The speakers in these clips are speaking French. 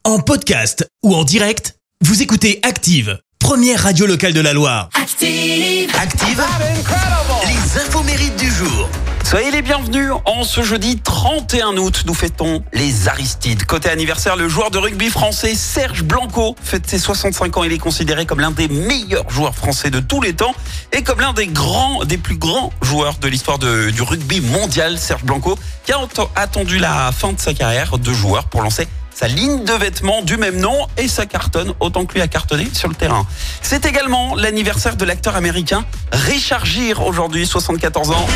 En podcast ou en direct, vous écoutez Active, première radio locale de la Loire. Active, Les infos mérites du jour. Soyez les bienvenus. En ce jeudi 31 août, nous fêtons les Aristides. Côté anniversaire, le joueur de rugby français Serge Blanco fête ses 65 ans. Il est considéré comme l'un des meilleurs joueurs français de tous les temps et comme l'un des plus grands joueurs de l'histoire du rugby mondial. Serge Blanco qui a attendu la fin de sa carrière de joueur pour lancer sa ligne de vêtements du même nom et ça cartonne autant que lui a cartonné sur le terrain. C'est également l'anniversaire de l'acteur américain Richard Gere, aujourd'hui 74 ans.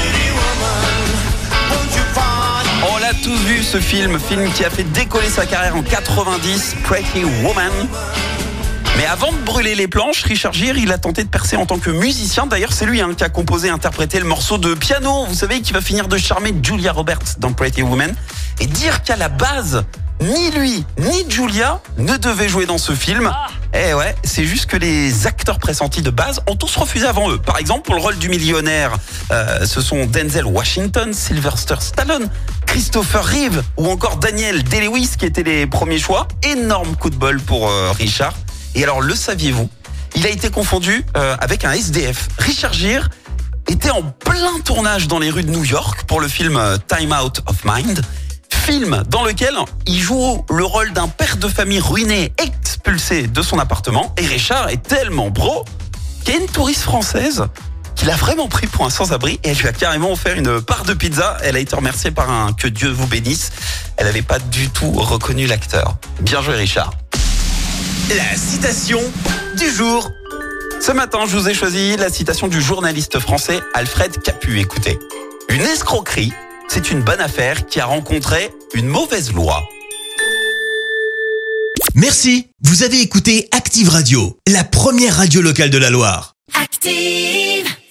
On l'a tous vu ce film qui a fait décoller sa carrière en 90, Pretty Woman. Mais avant de brûler les planches, Richard Gere, il a tenté de percer en tant que musicien. D'ailleurs, c'est lui qui a composé et interprété le morceau de piano, vous savez, qui va finir de charmer Julia Roberts dans Pretty Woman. Et dire qu'à la base, ni lui, ni Julia ne devaient jouer dans ce film. Eh ouais, c'est juste que les acteurs pressentis de base ont tous refusé avant eux. Par exemple, pour le rôle du millionnaire, ce sont Denzel Washington, Sylvester Stallone, Christopher Reeve ou encore Daniel Day-Lewis qui étaient les premiers choix. Énorme coup de bol pour Richard. Et alors, le saviez-vous ? Il a été confondu avec un SDF. Richard Gere était en plein tournage dans les rues de New York pour le film Time Out of Mind. Film dans lequel il joue le rôle d'un père de famille ruiné, expulsé de son appartement. Et Richard est tellement pro qu'il y a une touriste française qui l'a vraiment pris pour un sans-abri et elle lui a carrément offert une part de pizza. Elle a été remerciée par un « que Dieu vous bénisse ». Elle n'avait pas du tout reconnu l'acteur. Bien joué Richard. La citation du jour. Ce matin, je vous ai choisi la citation du journaliste français Alfred Capu. Écoutez, une escroquerie, c'est une bonne affaire qui a rencontré une mauvaise loi. Merci, vous avez écouté Active Radio, la première radio locale de la Loire. Active.